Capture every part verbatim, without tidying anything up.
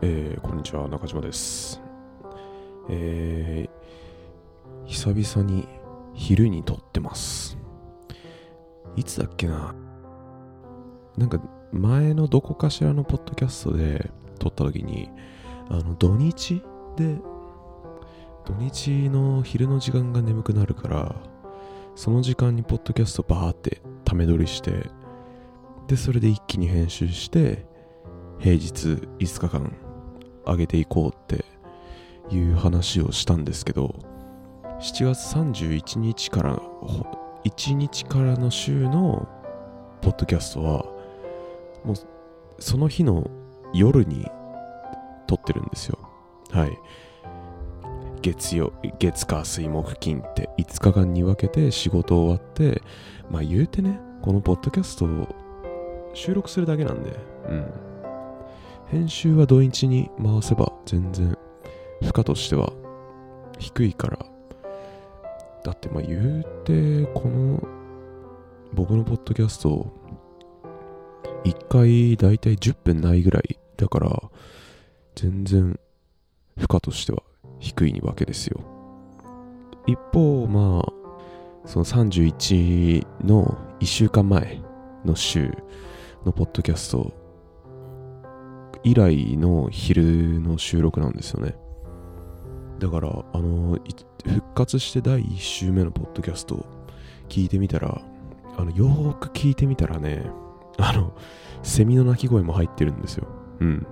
えー、こんにちは、中島です。えー、久々に昼に撮ってます。いつだっけな。なんか前のどこかしらのポッドキャストで撮った時に、あの土日で土日の昼の時間が眠くなるから、その時間にポッドキャストバーってため撮りして、でそれで一気に編集して、平日いつかかん上げていこうっていう話をしたんですけど、しちがつさんじゅういちにちからいちにちからの週のポッドキャストはもうその日の夜に撮ってるんですよ。はい。月曜、月火水木金っていつかかんに分けて仕事終わって、まあ言うてね、このポッドキャストを収録するだけなんで、うん編集は土日に回せば全然負荷としては低いから。だってまあ言うてこの僕のポッドキャストいっかいだいたいじゅっぷんないぐらいだから、全然負荷としては低いわけですよ。一方まあそのさんじゅういちのいっしゅうかんまえの週のポッドキャスト以来の昼の収録なんですよね。だからあの復活してだいいっ週目のポッドキャストを聞いてみたら、あのよーく聞いてみたらね、あのセミの鳴き声も入ってるんですよ。うん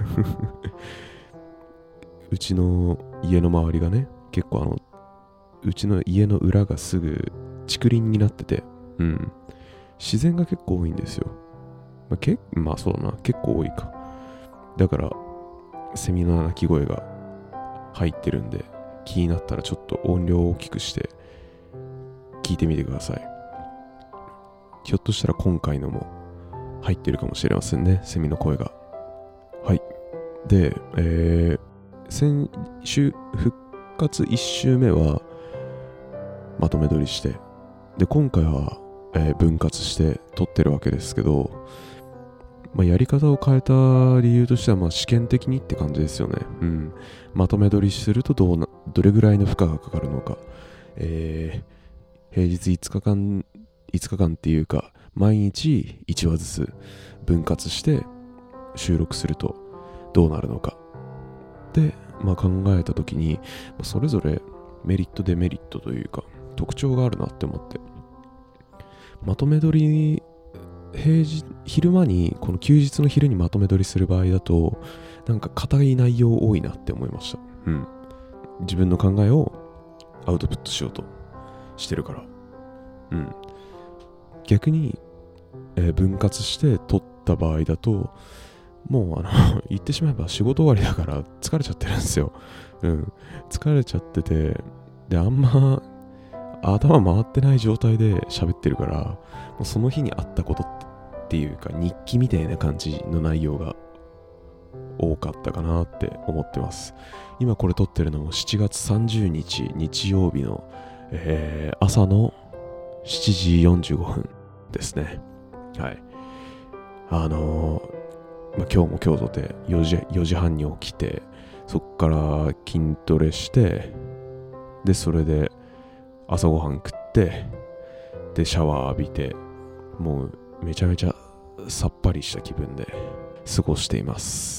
うちの家の周りがね、結構あのうちの家の裏がすぐ竹林になってて、うん自然が結構多いんですよ。まあ、けまあそうだな、結構多いか。だからセミの鳴き声が入ってるんで、気になったらちょっと音量を大きくして聞いてみてください。ひょっとしたら今回のも入ってるかもしれませんね、セミの声が。はい。で、えー、先週復活いっ週目はまとめ撮りして、で今回は、えー、分割して撮ってるわけですけど、まあ、やり方を変えた理由としては、まあ試験的にって感じですよね。うん。まとめ撮りするとどうな、どれぐらいの負荷がかかるのか。えー、平日いつかかん、いつかかんっていうか、毎日いちわずつ分割して収録するとどうなるのか。で、まあ考えたときに、それぞれメリットデメリットというか、特徴があるなって思って。まとめ撮り平日昼間にこの休日の昼にまとめ撮りする場合だと、なんか硬い内容多いなって思いました。うん。自分の考えをアウトプットしようとしてるから。うん。逆に、えー、分割して撮った場合だと、もうあの言ってしまえば仕事終わりだから疲れちゃってるんですよ。うん。疲れちゃってて、であんま頭回ってない状態で喋ってるから、もうその日にあったことっていうか日記みたいな感じの内容が多かったかなって思ってます。今これ撮ってるのもしちがつさんじゅうにち日曜日の、えー、朝のしちじよんじゅうごふんですね。はい。あのー、まあ、今日も今日とてよじ、よじはんに起きて、そっから筋トレして、でそれで朝ごはん食って、でシャワー浴びて、もうめちゃめちゃさっぱりした気分で過ごしています。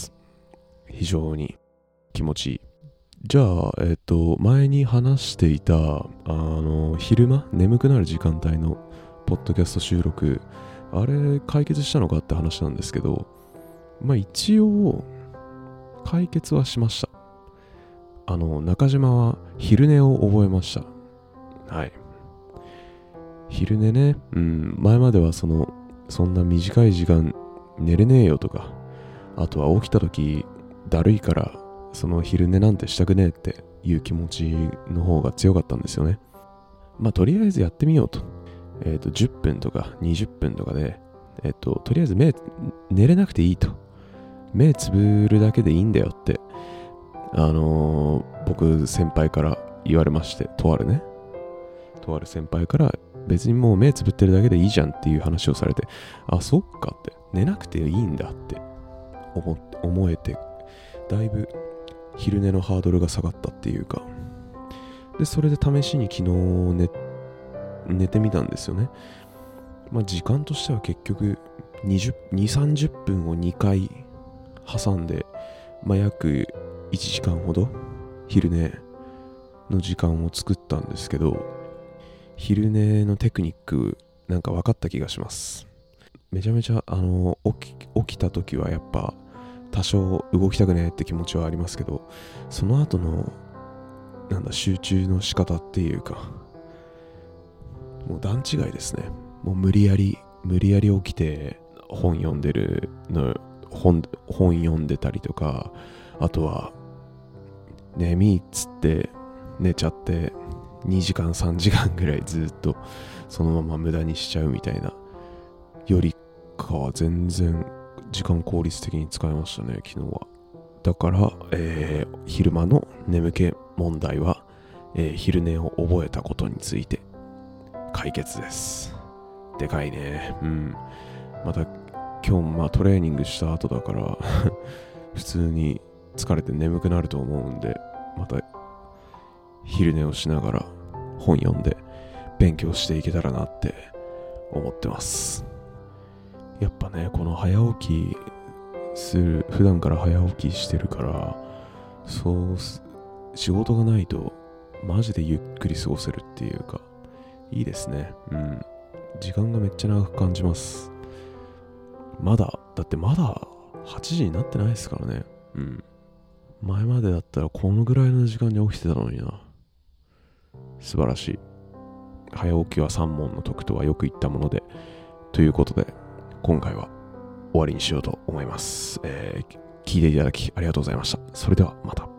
非常に気持ちいい。じゃあえっと前に話していたあの昼間眠くなる時間帯のポッドキャスト収録、あれ解決したのかって話なんですけど、まあ一応解決はしました。あの中島は昼寝を覚えました。はい。昼寝ね、うん、前まではそのそんな短い時間寝れねえよとか、あとは起きた時だるいからその昼寝なんてしたくねえっていう気持ちの方が強かったんですよね。まあとりあえずやってみようと。えっ、ー、とじゅっぷんとかにじゅっぷんとかで、えっ、ー、ととりあえず目寝れなくていいと、目つぶるだけでいいんだよってあのー、僕先輩から言われまして、とあるねとある先輩から別にもう目つぶってるだけでいいじゃんっていう話をされて、あ、そっかって、寝なくていいんだって思って思えて、 だいぶ昼寝のハードルが下がったっていうか、でそれで試しに昨日寝、寝てみたんですよね。まあ時間としては結局にじゅう、にじゅう、さんじゅっぷんをにかい挟んで、まあ約いちじかんほど昼寝の時間を作ったんですけど、昼寝のテクニックなんか分かった気がします。めちゃめちゃあの起き、起きた時はやっぱ多少動きたくねえって気持ちはありますけど、その後のなんだ集中の仕方っていうか、もう段違いですね。もう無理やり無理やり起きて本読んでるの本本読んでたりとか、あとは眠いっつって寝ちゃってにじかんさんじかんぐらいずっとそのまま無駄にしちゃうみたいなよりかは全然時間効率的に使いましたね、昨日は。だから、えー、昼間の眠気問題は、えー、昼寝を覚えたことについて解決です。でかいね。うん。また今日まあトレーニングした後だから普通に疲れて眠くなると思うんで、また昼寝をしながら本読んで勉強していけたらなって思ってます。やっぱね、この早起きする、普段から早起きしてるから、そう仕事がないとマジでゆっくり過ごせるっていうか、いいですね。うん。時間がめっちゃ長く感じます。まだだってまだはちじになってないですからね。うん。前までだったらこのぐらいの時間に起きてたのにな。素晴らしい。早起きは三問の得とはよく言ったもので、ということで今回は終わりにしようと思います。えー、聞いていただきありがとうございました。それではまた。